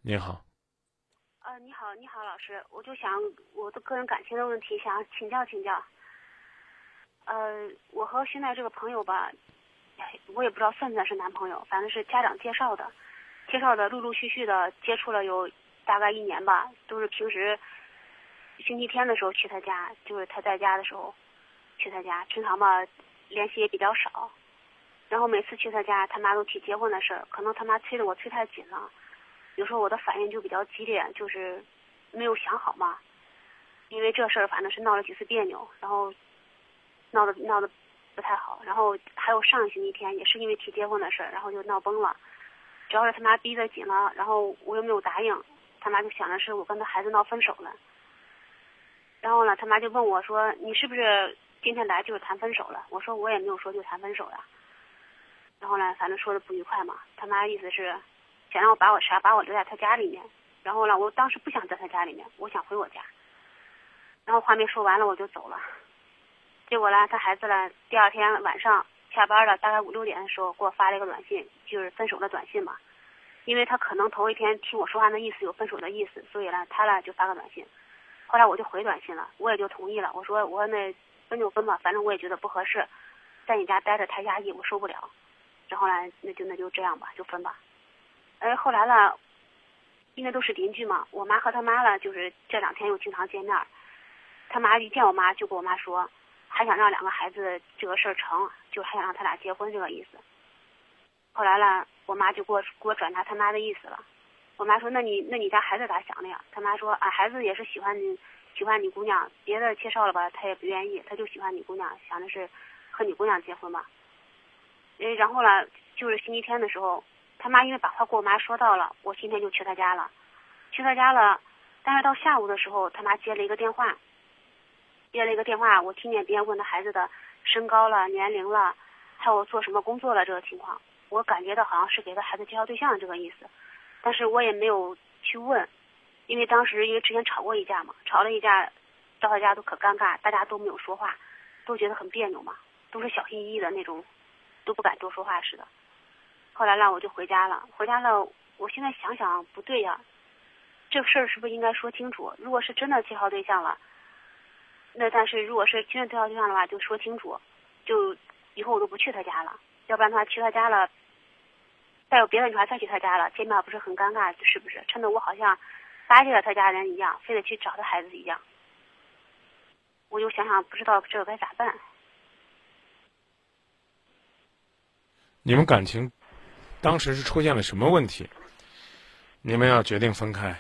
你好。 你好，你好，老师，我就想我的个人感情的问题想请教请教。我和现在这个朋友吧，我也不知道算不算是男朋友，反正是家长介绍的，陆陆续续的接触了有大概1年吧，都是平时星期天的时候去他家，就是他在家的时候去他家，平常吧联系也比较少。然后每次去他家，他妈都提结婚的事儿，可能他妈催得我催太紧了，有时候我的反应就比较激烈，就是没有想好嘛。因为这事儿反正是闹了几次别扭，然后闹得不太好。然后还有上个星期天也是因为提结婚的事儿，然后就闹崩了。主要是他妈逼得紧了，然后我又没有答应，他妈就想的是我跟他孩子闹分手了。然后呢，他妈就问我说：“你是不是今天来就是谈分手了？”我说我也没有说就谈分手了。然后呢，反正说的不愉快嘛。他妈意思是想让我把我留在他家里面。然后呢，我当时不想在他家里面，我想回我家。然后话没说完了，我就走了。结果呢，他孩子呢，第二天晚上下班了，大概5、6点的时候给我发了一个短信，就是分手的短信嘛。因为他可能头一天听我说话的意思有分手的意思，所以呢，他呢就发个短信。后来我就回短信了，我也就同意了。我说那分就分吧，反正我也觉得不合适，在你家待着太压抑，我受不了。然后呢，那就这样吧，就分吧。后来呢，因为都是邻居嘛，我妈和他妈呢，就是这2天又经常见面。他妈一见我妈就跟我妈说，还想让2个孩子这个事儿成，就还想让他俩结婚这个意思。后来呢，我妈就给我转达他妈的意思了。我妈说那你家孩子咋想的呀？他妈说孩子也是喜欢你姑娘，别的介绍了吧他也不愿意，他就喜欢你姑娘，想的是和你姑娘结婚嘛。然后呢，就是星期天的时候，他妈因为把话跟我妈说到了，我今天就去他家了。但是到下午的时候，他妈接了一个电话，我听见别人问他孩子的身高了、年龄了，还有做什么工作了这个情况，我感觉到好像是给他孩子介绍对象的这个意思，但是我也没有去问，因为之前吵了一架，到他家都可尴尬，大家都没有说话，都觉得很别扭嘛，都是小心翼翼的那种，都不敢多说话似的。后来呢，我就回家了，我现在想想不对呀，这事儿是不是应该说清楚？如果是真的介绍对象了，但是如果是真的介绍对象的话，就说清楚，就以后我都不去他家了，要不然他去他家了，再有别的女孩再去他家了，见面不是很尴尬，是不是？趁得我好像巴结了他家人一样，非得去找他孩子一样。我就想想不知道这个该咋办。 你们感情当时是出现了什么问题？你们要决定分开？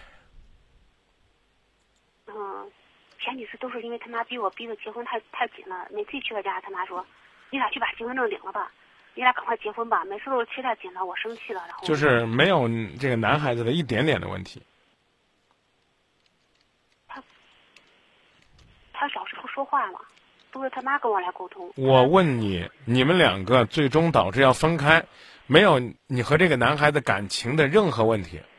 前几次都是因为他妈逼得结婚太紧了，每次一去他家，他妈说你俩去把结婚证领了吧，你俩赶快结婚吧，每次都是催太紧了，我生气了，然后就是没有这个男孩子的一点点的问题。 他老是不说话嘛，都是他妈跟我来沟通。 我问你，你们2个最终导致要分开，没有你和这个男孩子感情的任何问题？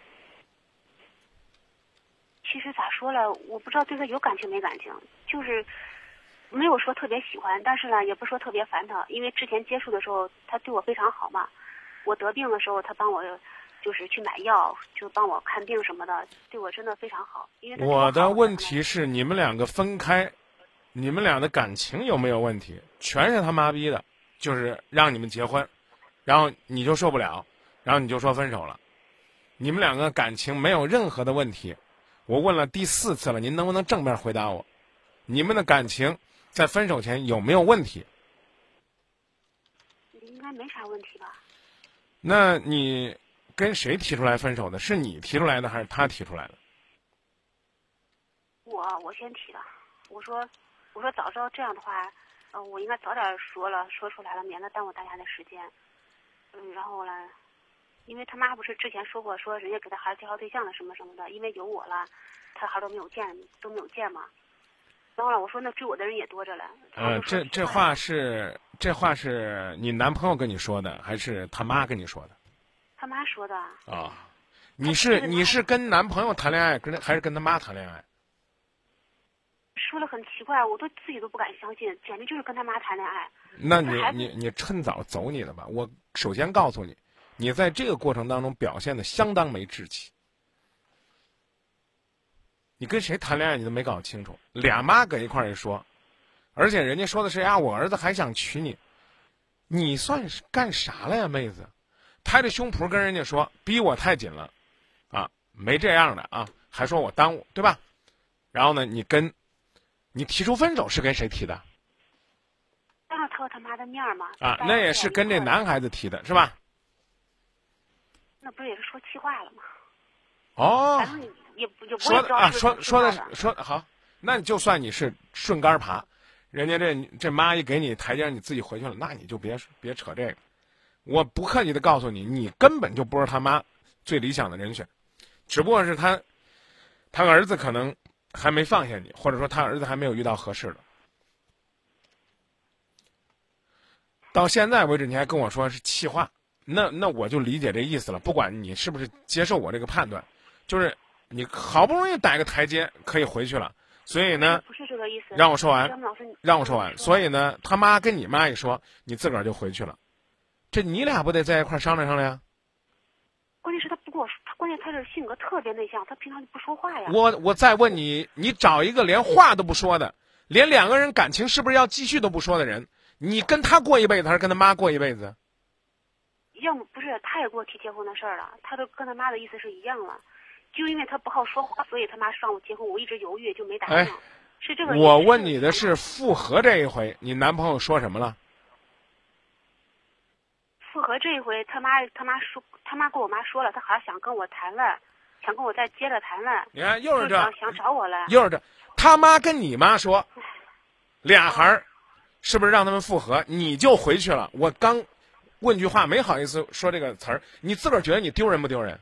其实咋说了，我不知道对他有感情没感情，就是没有说特别喜欢，但是呢，也不说特别烦他，因为之前接触的时候他对我非常好嘛。我得病的时候，他帮我就是去买药，就帮我看病什么的，对我真的非常好。因为我的问题是，你们2个分开，你们俩的感情有没有问题？全是他妈逼的，就是让你们结婚，然后你就受不了，然后你就说分手了。你们2个感情没有任何的问题。我问了第4次了，您能不能正面回答我？你们的感情在分手前有没有问题？ 应该没啥问题吧。 那你跟谁提出来分手的？是你提出来的还是他提出来的？ 我先提的。我说早知道这样的话，我应该早点说出来了，免得耽误大家的时间。然后呢，因为他妈不是之前说过，说人家给他孩子介绍对象了什么什么的，因为有我了，他孩子都没有见嘛。然后呢，我说那追我的人也多着了。 这话是你男朋友跟你说的，还是他妈跟你说的？ 他妈说的。 啊，你是跟男朋友谈恋爱，还是跟他妈谈恋爱？ 说了很奇怪，我自己都不敢相信，简直就是跟他妈谈恋爱。 那你趁早走你的吧。我首先告诉你，你在这个过程当中表现的相当没志气。 你跟谁谈恋爱你都没搞清楚，俩妈搁一块儿一说，而且人家说的是呀，我儿子还想娶你，你算是干啥了呀，妹子？拍着胸脯跟人家说逼我太紧了，啊，没这样的啊，还说我耽误，对吧？然后呢，你提出分手是跟谁提的？ 当着他和他妈的面嘛。 啊，那也是跟这男孩子提的是吧？ 那不是也是说气话了吗？ 哦， 反正也我也不说的啊， 知道是不是说的气话的说好，那你就算你是顺杆爬，人家这妈一给你台阶，你自己回去了，那你就别扯这个。我不客气的告诉你，你根本就不是他妈最理想的人选，只不过是他儿子可能还没放下你，或者说他儿子还没有遇到合适的。到现在为止，你还跟我说是气话，那我就理解这意思了。不管你是不是接受我这个判断，就是你好不容易逮个台阶可以回去了，所以呢， 不是这个意思。 让我说完张老师， 让我说完。所以呢，他妈跟你妈一说，你自个儿就回去了，这你俩不得在一块儿商量商量？ 关键是他不跟我说，关键他这性格特别内向，他平常就不说话呀。 我再问你，你找一个连话都不说的，连两个人感情是不是要继续都不说的人，你跟他过一辈子还是跟他妈过一辈子？ 要么不是，他也给我提结婚的事儿了，他都跟他妈的意思是一样了，就因为他不好说话，所以他妈让我结婚，我一直犹豫就没答应。 哎， 是这个意思。 我问你的是复合这一回，你男朋友说什么了？ 复合这一回，他妈跟我妈说了，他还想跟我谈了，想跟我再接着谈了。 你看，又是这， 想找我了。 又是这，他妈跟你妈说，俩孩儿是不是让他们复合？你就回去了。我刚问句话，没好意思说这个词儿，你自个儿觉得你丢人不丢人？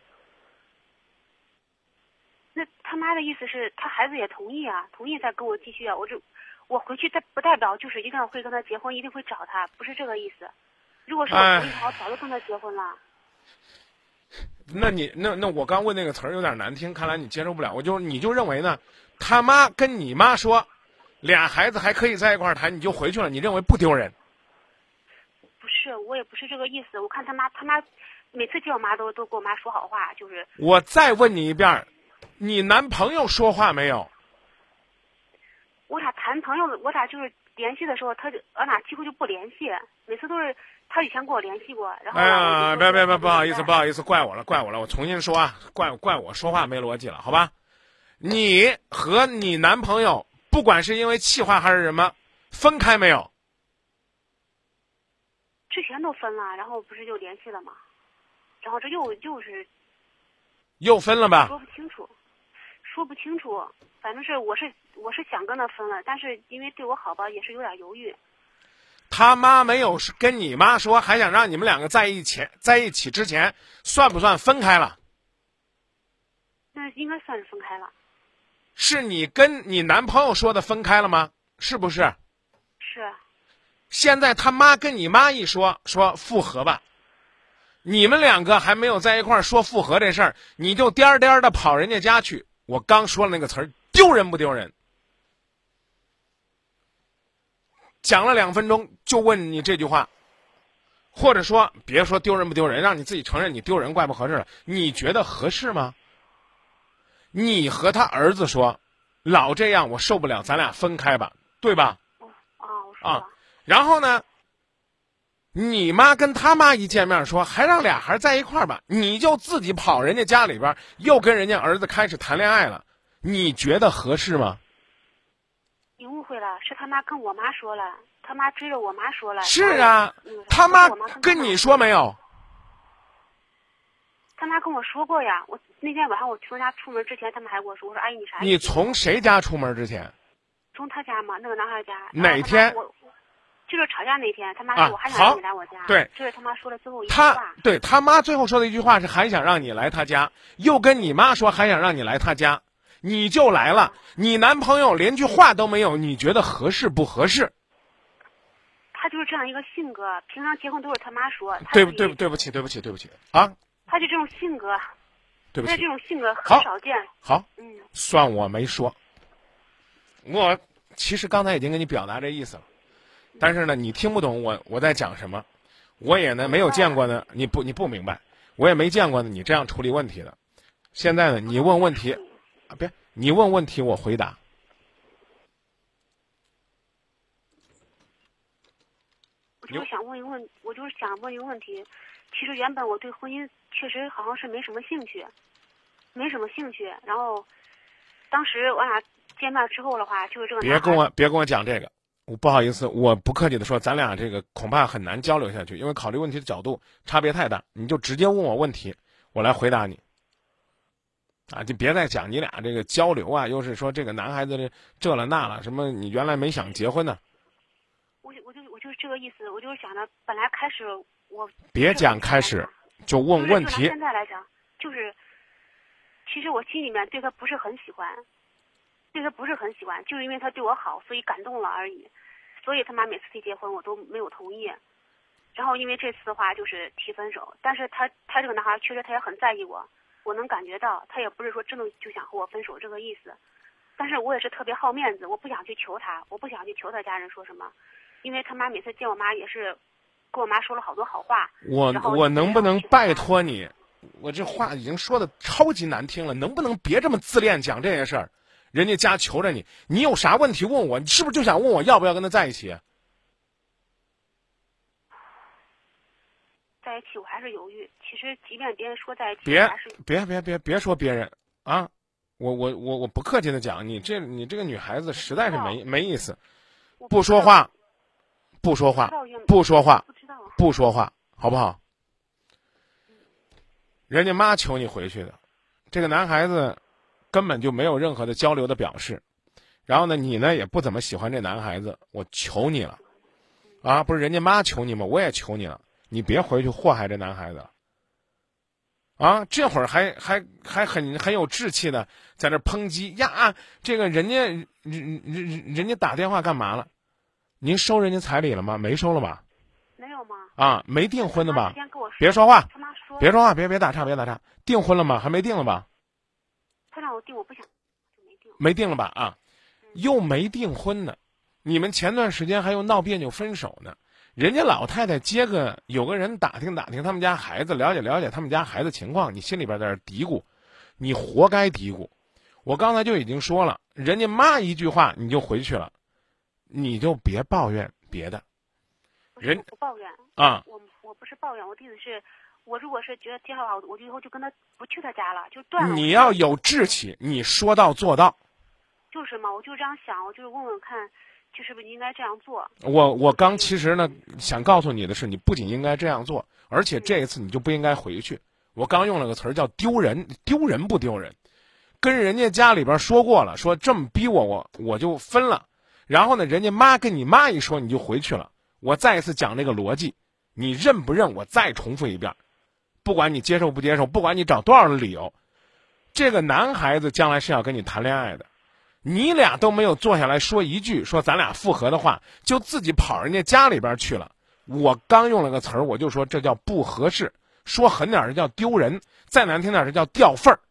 那他妈的意思是他孩子也同意啊，同意再跟我继续啊。我回去，不代表就是一定会跟他结婚，一定会找他，不是这个意思。如果是我同意他，我早就跟他结婚了。 那你那我刚问那个词儿有点难听，看来你接受不了。你就认为呢？他妈跟你妈说，俩孩子还可以在一块儿谈，你就回去了，你认为不丢人？ 不是，我也不是这个意思。我看他妈每次见我妈都跟我妈说好话，就是。 我再问你一遍，你男朋友说话没有？ 我俩谈朋友，我俩就是联系的时候，俺俩几乎就不联系，每次都是他以前跟我联系过，然后。 哎呀，别，不好意思，怪我了，我重新说啊，怪我说话没逻辑了，好吧？你和你男朋友，不管是因为气话还是什么，分开没有？ 之前都分了，然后不是就联系了吗？然后这又是。 又分了吧？ 说不清楚，反正是我是想跟他分了，但是因为对我好吧，也是有点犹豫。 他妈没有跟你妈说，还想让你们两个在一起之前，算不算分开了？ 那应该算是分开了。 是你跟你男朋友说的分开了吗？是不是？ 是。 现在他妈跟你妈一说复合吧，你们两个还没有在一块儿说复合这事儿，你就颠颠的跑人家家去。我刚说了那个词儿，丢人不丢人？讲了2分钟就问你这句话，或者说别说丢人不丢人，让你自己承认你丢人怪不合适了，你觉得合适吗？你和他儿子说，老这样我受不了，咱俩分开吧，对吧？ 我说了。 然后呢，你妈跟他妈一见面说还让俩孩在一块儿吧，你就自己跑人家家里边又跟人家儿子开始谈恋爱了，你觉得合适吗？ 你误会了，是他妈跟我妈说了，他妈追着我妈说了。 是啊，他妈跟你说没有？ 他妈跟我说过呀，我那天晚上我从家出门之前，他们还跟我说，我说阿姨你啥意思？ 你从谁家出门之前？ 从他家嘛，那个男孩家。 哪天？ 就是吵架那天，他妈说我还想让你来我家。 对， 这是他妈说的最后一句话。 对他妈最后说的一句话是还想让你来他家，又跟你妈说还想让你来他家，你就来了。你男朋友连句话都没有，你觉得合适不合适？ 他就是这样一个性格，平常结婚都是他妈说。 对不起啊！ 他就这种性格。 对不起。 他这种性格很少见。 好。算我没说。我其实刚才已经跟你表达这意思了。但是呢，你听不懂我在讲什么，我也呢没有见过呢，你不明白，我也没见过呢你这样处理问题的。现在呢，你问问题， 你问问题我回答。 我就是想问一个问题。其实原本我对婚姻确实好像是没什么兴趣。然后，当时我俩见面之后的话，就是这个别跟我讲这个，我不好意思，我不客气的说，咱俩这个恐怕很难交流下去，因为考虑问题的角度差别太大。你就直接问我问题，我来回答你。啊，就别再讲你俩这个交流啊，又是说这个男孩子这了那了，什么你原来没想结婚呢？ 我就是这个意思，我就是想着，本来开始我别讲开始，就问问题。 现在来讲，就是其实我心里面对他不是很喜欢，就是因为他对我好，所以感动了而已。所以他妈每次提结婚，我都没有同意。然后因为这次的话就是提分手，但是他这个男孩确实他也很在意我能感觉到，他也不是说真的就想和我分手这个意思。但是我也是特别好面子，我不想去求他，我不想去求他家人说什么，因为他妈每次见我妈也是跟我妈说了好多好话。 我能不能拜托你？我这话已经说的超级难听了，能不能别这么自恋讲这些事儿？人家家求着你，你有啥问题问我？你是不是就想问我要不要跟他在一起？ 在一起我还是犹豫。其实即便别人说在一起， 别说别人啊！我不客气的讲，你这个女孩子实在是没意思，不说话，好不好？人家妈求你回去的，这个男孩子根本就没有任何的交流的表示，然后呢，你呢也不怎么喜欢这男孩子，我求你了，啊，不是人家妈求你吗？我也求你了，你别回去祸害这男孩子了。啊，这会儿还很有志气的在那抨击呀！这个人家打电话干嘛了？您收人家彩礼了吗？没收了吧？ 没有吗？ 啊，没订婚的吧？ 别说话， 他妈说别说话，别打岔。订婚了吗？还没订了吧？ 他让我订，我不想，就没订。 没订了吧？啊，又没订婚呢。你们前段时间还又闹别扭分手呢。人家老太太有个人打听他们家孩子，了解他们家孩子情况，你心里边在这嘀咕，你活该嘀咕。我刚才就已经说了，人家妈一句话你就回去了，你就别抱怨别的。 我不抱怨啊， 我不是抱怨，我的意思是，我如果是觉得介绍好，我就以后就跟他不去他家了，就断了。 你要有志气，你说到做到。 就是嘛，我就这样想，我就是问问看。就是不是应该这样做？ 我刚其实呢想告诉你的是，你不仅应该这样做，而且这一次你就不应该回去。我刚用了个词儿叫丢人，丢人不丢人？跟人家家里边说过了，说这么逼我就分了。然后呢，人家妈跟你妈一说，你就回去了。我再一次讲这个逻辑，你认不认？我再重复一遍，不管你接受不接受，不管你找多少的理由，这个男孩子将来是要跟你谈恋爱的。你俩都没有坐下来说一句说咱俩复合的话，就自己跑人家家里边去了。我刚用了个词儿，我就说这叫不合适，说狠点儿这叫丢人，再难听点儿这叫掉份儿。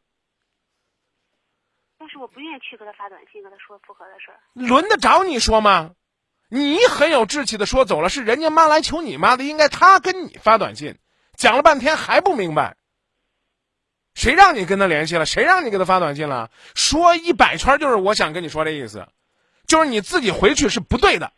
但是我不愿意去给他发短信跟他说复合的事儿。 轮得着你说吗？你很有志气的说走了，是人家妈来求你妈的，应该他跟你发短信，讲了半天还不明白。谁让你跟他联系了？谁让你给他发短信了？说100圈就是我想跟你说这意思，就是你自己回去是不对的。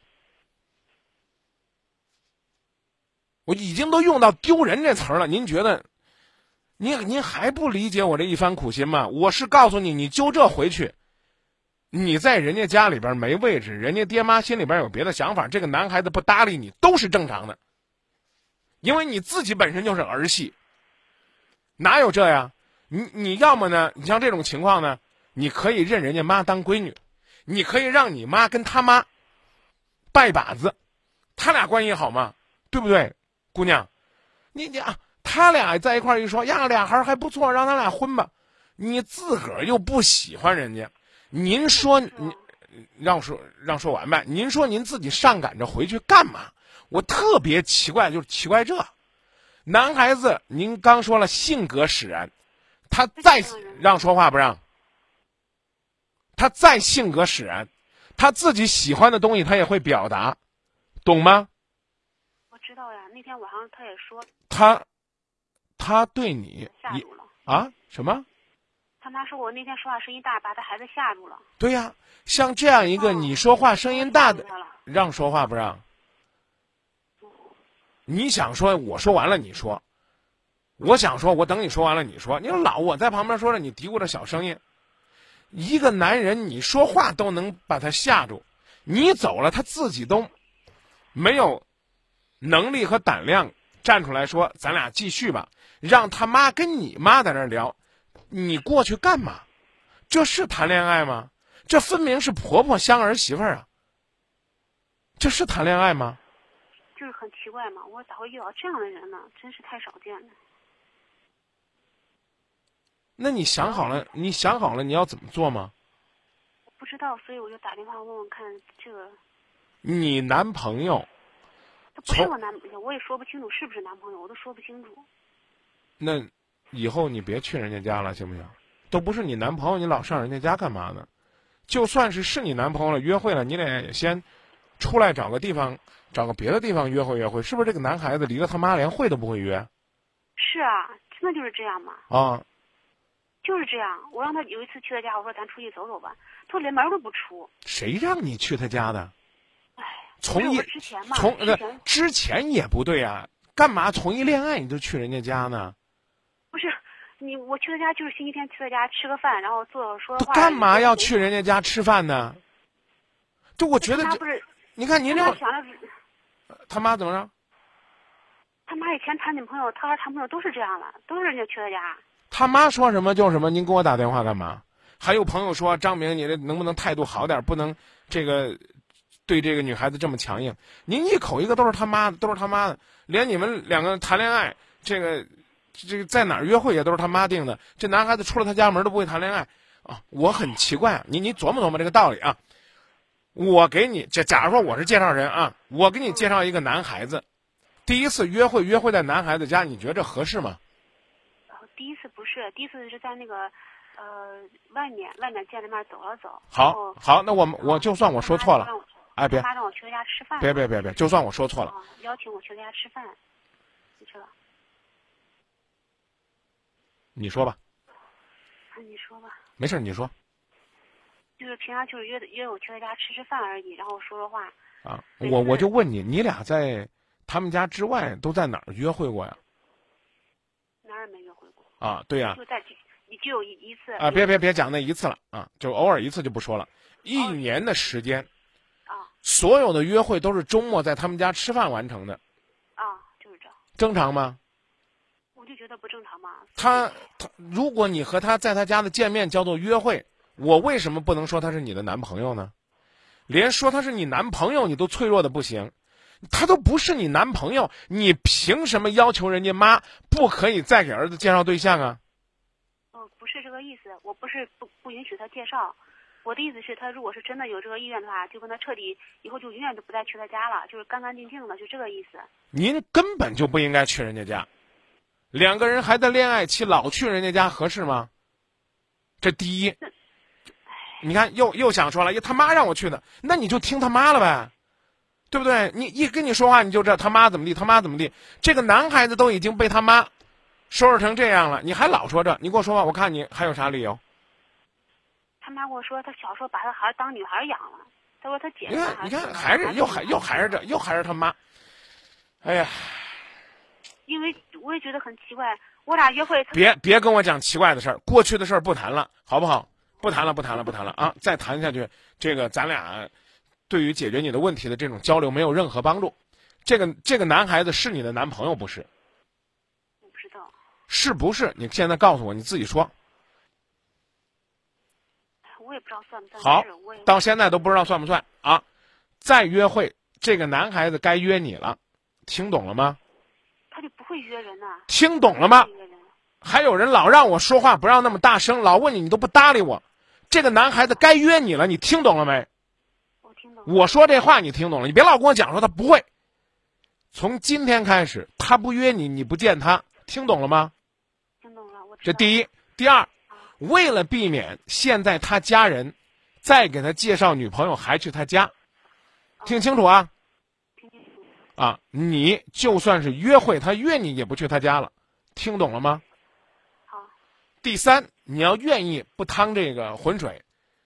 我已经都用到丢人这词儿了，您觉得您还不理解我这一番苦心吗？我是告诉你，你就这回去，你在人家家里边没位置，人家爹妈心里边有别的想法，这个男孩子不搭理你都是正常的，因为你自己本身就是儿戏，哪有这样？你要么呢，你像这种情况呢，你可以认人家妈当闺女，你可以让你妈跟他妈拜把子，他俩关系好吗？对不对，姑娘？他俩在一块儿一说呀，俩孩还不错，让他俩婚吧。你自个儿又不喜欢人家，您说你让说完呗？您说您自己上赶着回去干嘛？我特别奇怪，就是奇怪这男孩子，您刚说了性格使然。他再让说话不让，他再性格使然，他自己喜欢的东西他也会表达，懂吗？ 我知道呀，那天晚上他也说， 他对你下毒了啊？什么？ 他妈说我那天说话声音大，把他孩子吓住了。 对呀，像这样一个你说话声音大的，让说话不让？你想说，我说完了你说；我想说，我等你说完了你说。你老我在旁边说着，你嘀咕着小声音。一个男人，你说话都能把他吓住，你走了，他自己都没有能力和胆量站出来说咱俩继续吧，让他妈跟你妈在那儿聊，你过去干嘛？这是谈恋爱吗？这分明是婆婆相儿媳妇儿啊，这是谈恋爱吗？ 就是很奇怪嘛，我咋会遇到这样的人呢？真是太少见了。 那你想好了？你想好了你要怎么做吗？ 我不知道，所以我就打电话问问看这个。 你男朋友？ 他不是我男朋友，我也说不清楚是不是男朋友，我都说不清楚。 那以后你别去人家家了，行不行？都不是你男朋友，你老上人家家干嘛呢？就算是你男朋友了，约会了，你俩也先出来找个地方，找个别的地方约会约会，是不是？这个男孩子离了他妈连会都不会约。 是啊，真的就是这样嘛。 啊。 就是这样，我让他有一次去他家，我说咱出去走走吧，他说连门都不出。 谁让你去他家的？ 哎， 之前也不对啊，干嘛从一恋爱你就去人家家呢？ 不是，我去他家就是星期天去他家吃个饭，然后坐说话。 干嘛要去人家家吃饭呢？就我觉得他不是， 你看您这他妈怎么着？ 他妈以前谈女朋友，他和谈朋友都是这样的，都是人家去他家。 他妈说什么就什么，您给我打电话干嘛？还有朋友说张明，你这能不能态度好点，不能这个对这个女孩子这么强硬。您一口一个都是他妈的，都是他妈的，连你们两个谈恋爱，这个在哪儿约会也都是他妈定的。这男孩子出了他家门都不会谈恋爱啊！我很奇怪啊，你琢磨琢磨这个道理啊。我给你假如说我是介绍人啊，我给你介绍一个男孩子，第一次约会在男孩子家，你觉得这合适吗？ 第一次不是，第一次是在那个外面见了面走了走。 好，那我就算我说错了，哎别， 他让我去他家吃饭。 别，就算我说错了。 邀请我去他家吃饭，你去了。 你说吧。 你说吧。 没事，你说。 就是平常就是约我去他家吃饭而已，然后说说话。 啊，我就问你，你俩在他们家之外都在哪儿约会过呀？ 哪儿也没约会过。 啊，对呀。 你就有一次。 啊，别讲那一次了啊，就偶尔一次就不说了。1年的时间。 啊。 所有的约会都是周末在他们家吃饭完成的。 啊，就是这。 正常吗？ 我就觉得不正常嘛。 他如果你和他在他家的见面叫做约会，我为什么不能说他是你的男朋友呢？连说他是你男朋友你都脆弱的不行，他都不是你男朋友，你凭什么要求人家妈不可以再给儿子介绍对象啊？ 不是这个意思，我不是不允许他介绍，我的意思是，他如果是真的有这个意愿的话，就跟他彻底以后就永远都不再去他家了，就是干干净净的，就这个意思。 您根本就不应该去人家家，两个人还在恋爱期，老去人家家合适吗？这第一。你看又想说了，他妈让我去的，那你就听他妈了呗，对不对？你一跟你说话，你就知道他妈怎么地，他妈怎么地。这个男孩子都已经被他妈收拾成这样了，你还老说这，你给我说话，我看你还有啥理由？ 他妈跟我说，他小时候把他孩子当女孩养了。他说他姐。 你看，还是又还是这，又还是他妈。哎呀， 因为我也觉得很奇怪，我俩约会。 别跟我讲奇怪的事儿，过去的事儿不谈了，好不好？不谈了啊！再谈下去，这个咱俩对于解决你的问题的这种交流没有任何帮助。这个男孩子是你的男朋友不是？ 我不知道。 是不是？你现在告诉我，你自己说。 我也不知道算不算。 好，到现在都不知道算不算啊！再约会，这个男孩子该约你了，听懂了吗？ 他就不会约人呐。 听懂了吗？还有人老让我说话不让那么大声，老问你都不搭理我。这个男孩子该约你了，你听懂了没？ 我听懂了。 我说这话你听懂了，你别老跟我讲说他不会。从今天开始，他不约你，你不见他，听懂了吗？ 听懂了，我知道。 这第一，第二，为了避免现在他家人再给他介绍女朋友还去他家，听清楚啊！ 听清楚。 啊，你就算是约会，他约你也不去他家了，听懂了吗？ 好。 第三， 你要愿意不趟这个浑水，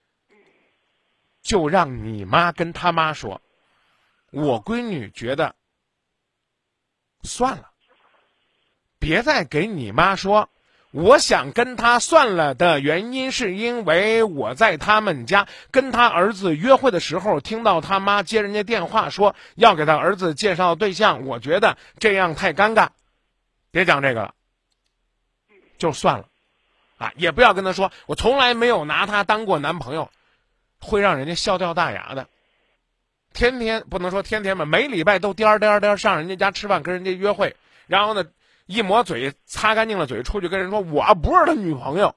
就让你妈跟他妈说，我闺女觉得算了，别再给你妈说我想跟他算了的原因是因为我在他们家跟他儿子约会的时候，听到他妈接人家电话说要给他儿子介绍对象，我觉得这样太尴尬。别讲这个了，就算了啊，也不要跟他说我从来没有拿他当过男朋友，会让人家笑掉大牙的。天天不能说天天吧，每礼拜都颠上人家家吃饭，跟人家约会，然后呢一抹嘴，擦干净了嘴，出去跟人说我不是他女朋友。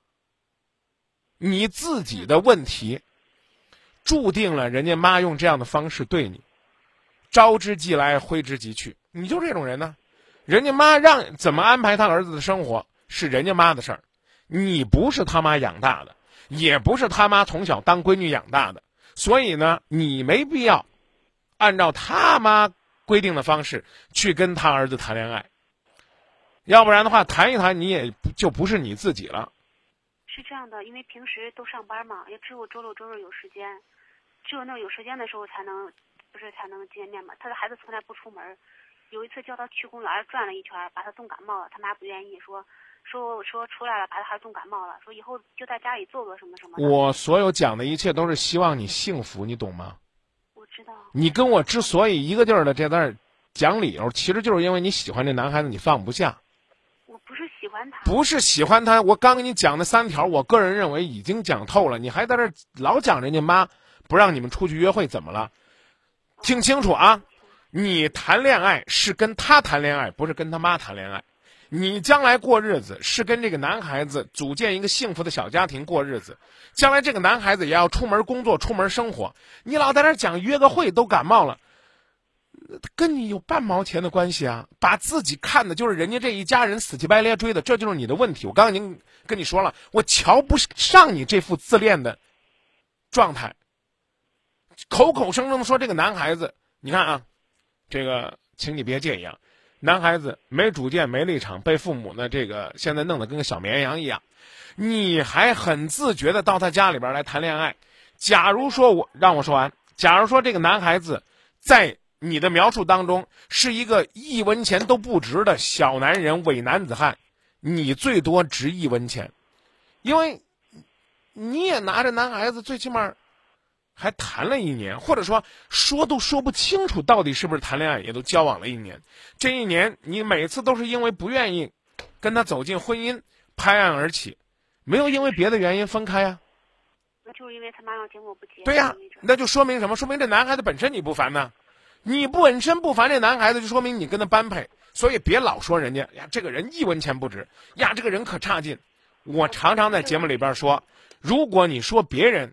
你自己的问题注定了人家妈用这样的方式对你，招之即来，挥之即去。你就这种人呢，人家妈让怎么安排他儿子的生活是人家妈的事儿，你不是他妈养大的，也不是他妈从小当闺女养大的，所以呢你没必要按照他妈规定的方式去跟他儿子谈恋爱，要不然的话谈一谈你也就不是你自己了。 是这样的，因为平时都上班嘛，也只有周六周日有时间，只有那有时间的时候才能见面嘛。他的孩子从来不出门，有一次叫他去公园转了一圈，把他冻感冒了，他妈不愿意，说出来了把他孩子冻感冒了，说以后就在家里坐坐什么什么的。 我所有讲的一切都是希望你幸福，你懂吗？ 我知道。 你跟我之所以一个劲儿的在那儿讲理由，其实就是因为你喜欢这男孩子，你放不下。 我不是喜欢他。 不是喜欢他，我刚给你讲的3条，我个人认为已经讲透了，你还在这儿老讲人家妈不让你们出去约会，怎么了？听清楚啊！你谈恋爱是跟他谈恋爱，不是跟他妈谈恋爱。你将来过日子是跟这个男孩子组建一个幸福的小家庭过日子，将来这个男孩子也要出门工作，出门生活。你老在那儿讲约个会都感冒了，跟你有半毛钱的关系啊！把自己看的就是人家这一家人死乞白赖追的，这就是你的问题。我刚刚已经跟你说了，我瞧不上你这副自恋的状态，口口声声说这个男孩子，你看啊，这个请你别介意啊，男孩子没主见没立场，被父母呢这个现在弄得跟个小绵羊一样，你还很自觉的到他家里边来谈恋爱。假如说让我说完，假如说这个男孩子在你的描述当中是一个1文钱都不值的小男人、伪男子汉，你最多值1文钱，因为你也拿着男孩子最起码还谈了1年，或者说都说不清楚到底是不是谈恋爱，也都交往了1年。这1年你每次都是因为不愿意跟他走进婚姻拍案而起，没有因为别的原因分开啊。 那就是因为他妈要结婚我不结。 对呀，那就说明什么？说明这男孩子本身你不烦呢。你本身不烦这男孩子，就说明你跟他般配。所以别老说人家呀，这个人1文钱不值呀，这个人可差劲。我常常在节目里边说，如果你说别人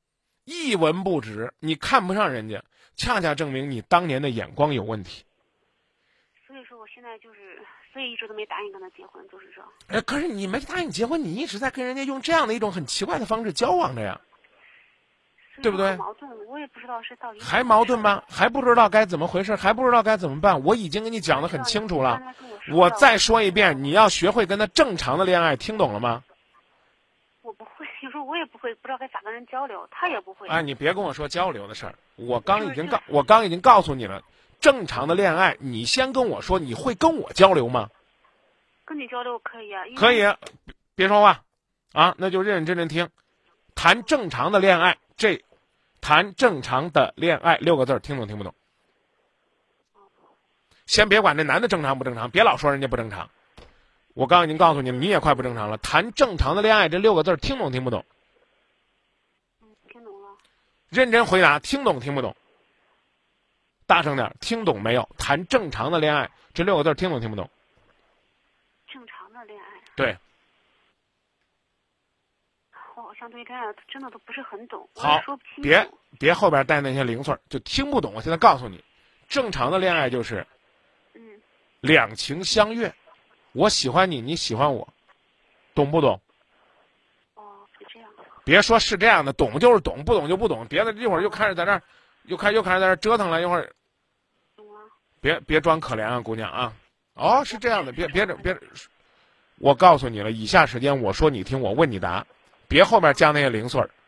1文不值，你看不上人家，恰恰证明你当年的眼光有问题。 所以说我现在所以一直都没答应跟他结婚，就是这。 可是你没答应结婚，你一直在跟人家用这样的一种很奇怪的方式交往着呀，对不对？ 矛盾，我也不知道是到底还矛盾吗？还不知道该怎么回事，还不知道该怎么办。我已经跟你讲得很清楚了，我再说一遍，你要学会跟他正常的恋爱，听懂了吗？ 我不会，有时候我也不会，不知道该咋跟人交流，他也不会。 你别跟我说交流的事儿，我刚已经告诉你了，正常的恋爱，你先跟我说，你会跟我交流吗？ 跟你交流可以啊。 可以，别说话，啊，那就认认真真听，谈正常的恋爱，谈正常的恋爱6个字，听懂听不懂？先别管这男的正常不正常，别老说人家不正常。我刚已经告诉你，你也快不正常了。谈正常的恋爱这6个字，听懂听不懂？ 听懂了。 认真回答，听懂听不懂？大声点，听懂没有？谈正常的恋爱这6个字，听懂听不懂？ 正常的恋爱。 对。 我好像对恋爱真的都不是很懂， 好， 说不清楚。 别后边带那些零碎，就听不懂。我现在告诉你，正常的恋爱就是两情相悦，我喜欢你，你喜欢我，懂不懂？ 哦，是这样。 别说是这样的，懂就是懂，不懂就不懂。别的一会儿又开始在那儿，又开始在那儿折腾了。一会儿，别装可怜啊，姑娘啊！哦，是这样的，别我告诉你了，以下时间我说你听，我问你答，别后面加那些零碎儿。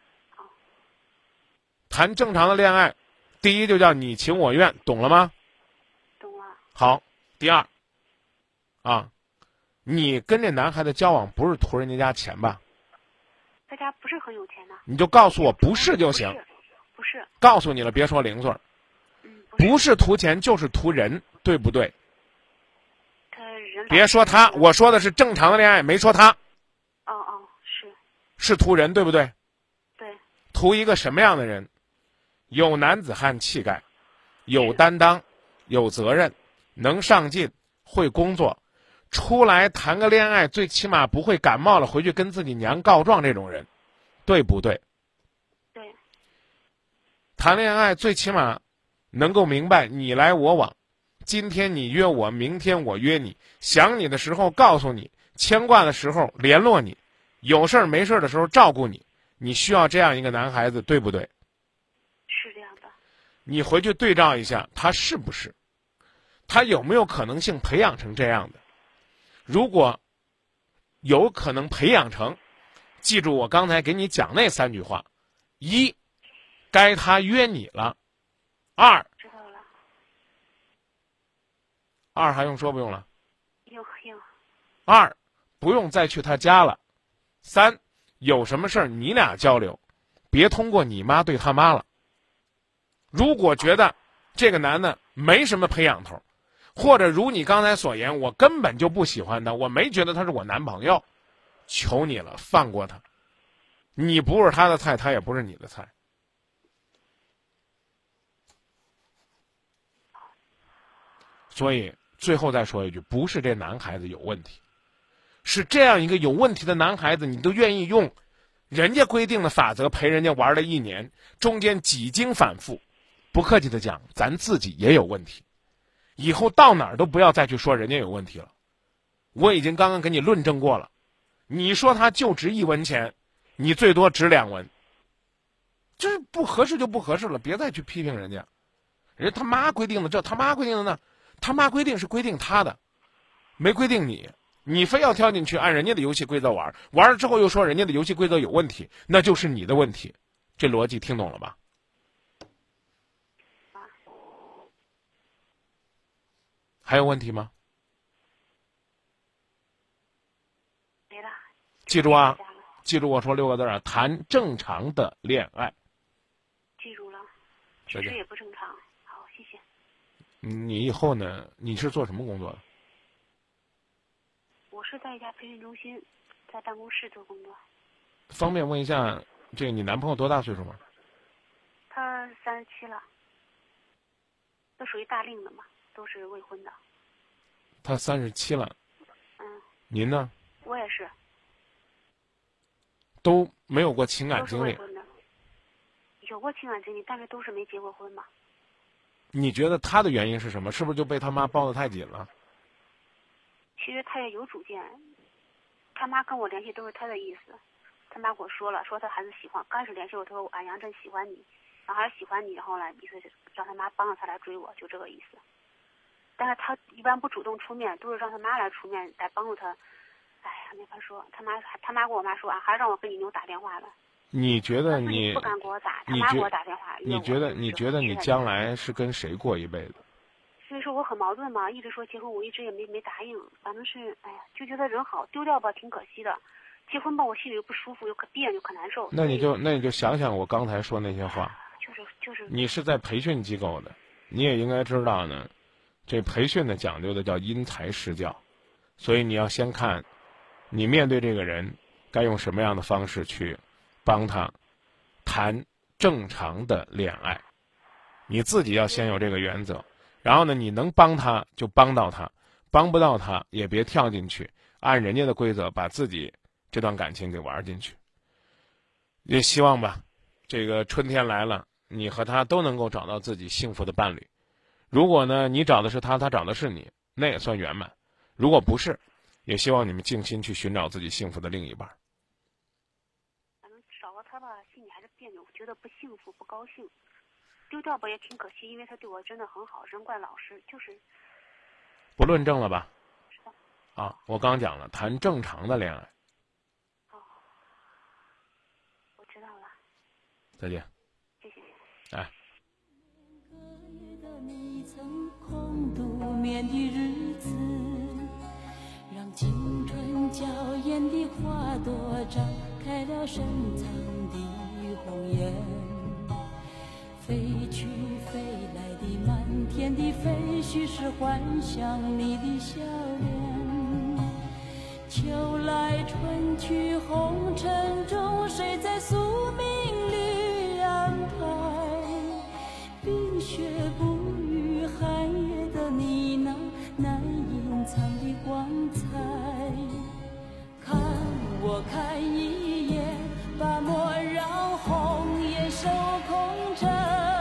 谈正常的恋爱，第一就叫你情我愿，懂了吗？ 懂了。 好，第二，啊，你跟这男孩子交往不是图人家钱吧？ 他家不是很有钱的。 你就告诉我不是就行。 不是。 告诉你了，别说零碎儿。不是图钱就是图人，对不对？ 他人。 别说他，我说的是正常的恋爱，没说他。 哦，是。 是图人，对不对？ 对。 图一个什么样的人？有男子汉气概，有担当，有责任，能上进，会工作，出来谈个恋爱，最起码不会感冒了回去跟自己娘告状这种人，对不对？ 对。 谈恋爱最起码能够明白你来我往，今天你约我，明天我约你，想你的时候告诉你，牵挂的时候联络你，有事儿没事儿的时候照顾你，你需要这样一个男孩子，对不对？ 是这样的。 你回去对照一下，他是不是？他有没有可能性培养成这样的？如果有可能培养成，记住我刚才给你讲那3句话：一，该他约你了；二， 知道了。 二还用说不用了？ 用。 二，不用再去他家了；三，有什么事儿你俩交流，别通过你妈对他妈了。如果觉得这个男的没什么培养头，或者如你刚才所言，我根本就不喜欢他，我没觉得他是我男朋友，求你了，放过他。你不是他的菜，他也不是你的菜。所以最后再说一句，不是这男孩子有问题，是这样一个有问题的男孩子，你都愿意用人家规定的法则陪人家玩了1年，中间几经反复，不客气的讲，咱自己也有问题。以后到哪儿都不要再去说人家有问题了。我已经刚刚给你论证过了，你说他就值1文钱，你最多值2文，就是不合适就不合适了，别再去批评人家。人家他妈规定的这，他妈规定的那，他妈规定是规定他的，没规定你。你非要跳进去按人家的游戏规则玩，玩了之后又说人家的游戏规则有问题，那就是你的问题。这逻辑听懂了吧？还有问题吗？ 没了。 记住啊，记住我说6个字啊，谈正常的恋爱。 记住了。确实也不正常。好，谢谢。 你以后呢？你是做什么工作的？ 我是在一家培训中心，在办公室做工作。 方便问一下，这个你男朋友多大岁数吗？ 他37了，都属于大龄的嘛，都是未婚的。 他37了。您呢？ 我也是。 都没有过情感经历。 都是未婚的。有过情感经历，但是都是没结过婚嘛。 你觉得他的原因是什么？是不是就被他妈抱得太紧了？ 其实他也有主见，他妈跟我联系都是他的意思。他妈给我说了，说他孩子喜欢，刚开始联系我，他说俺杨真喜欢你，然后还是喜欢你，然后呢，意思是让他妈帮着他来追我，就这个意思。但是他一般不主动出面，都是让他妈来出面来帮助他。哎呀，没法说，他妈跟我妈说啊，还让我跟你妞打电话了。 你觉得你不敢给我打，他妈给我打电话。 你觉得你将来是跟谁过一辈子？ 所以说我很矛盾嘛，一直说结婚，我一直也没答应。反正是，哎呀，就觉得人好，丢掉吧挺可惜的。结婚吧，我心里又不舒服，又可别扭，可难受。 那你就想想我刚才说那些话。 就是。 你是在培训机构的，你也应该知道呢，这培训的讲究的叫因材施教，所以你要先看，你面对这个人该用什么样的方式去帮他谈正常的恋爱，你自己要先有这个原则。然后呢，你能帮他就帮到他，帮不到他也别跳进去，按人家的规则把自己这段感情给玩进去。也希望吧，这个春天来了，你和他都能够找到自己幸福的伴侣。如果呢，你找的是他，他找的是你，那也算圆满。如果不是，也希望你们静心去寻找自己幸福的另一半。 反正少了他吧，心里还是别扭，觉得不幸福，不高兴。丢掉吧也挺可惜，因为他对我真的很好，人怪老实，就是。 不论证了吧？ 啊，我刚讲了，谈正常的恋爱。 哦，我知道了。 再见。 谢谢。 哎。 隔夜的你曾空独眠的日子，让青春娇艳的花朵绽开了深藏的红颜。飞去飞来的满天的飞絮是幻想你的笑脸。秋来春去红尘中，谁在宿命里安排？冰雪不语寒夜的你那难隐藏的光彩。看我看一眼，把莫让红颜守空枕。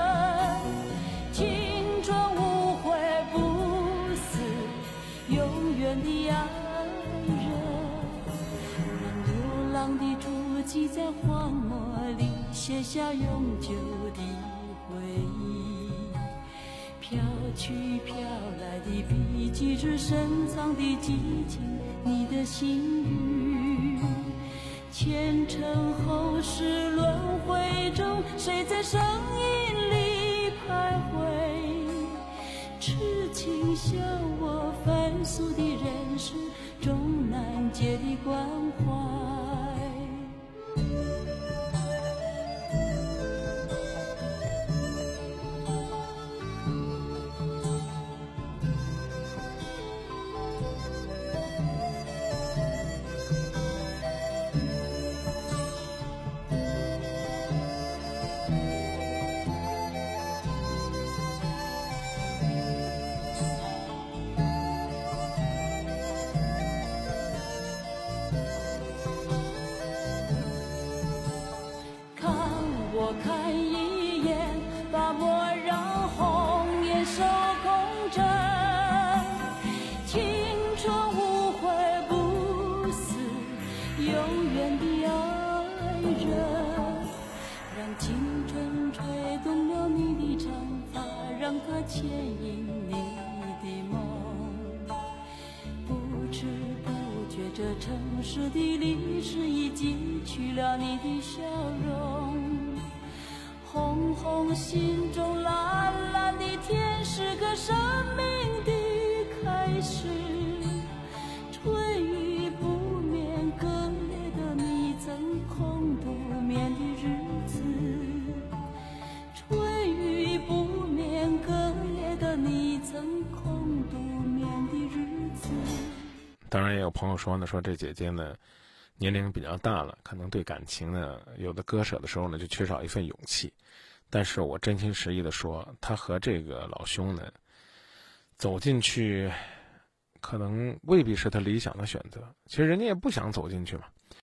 青春无悔不死，永远的爱人。让流浪的足迹在荒漠里写下永久的回忆。飘去飘来的笔迹是深藏的激情，你的心语。前尘后世轮回中，谁在声音里徘徊？痴情笑我凡俗的人世，终难解的关怀。我看一眼，把莫让红颜守空枕。青春无悔不死，永远的爱人。让青春吹动了你的长发，让它牵引你的梦。不知不觉，这城市的历史已记取了你的笑容。红红心中蓝蓝的天，是个生命的开始。春雨不眠，隔夜的你曾空独眠的日子。春雨不眠，隔夜的你曾空独眠的日子。 当然也有朋友说呢，说这姐姐呢年龄比较大了，可能对感情呢有的割舍的时候呢就缺少一份勇气。但是我真心实意的说，她和这个老兄呢走进去可能未必是她理想的选择，其实人家也不想走进去嘛。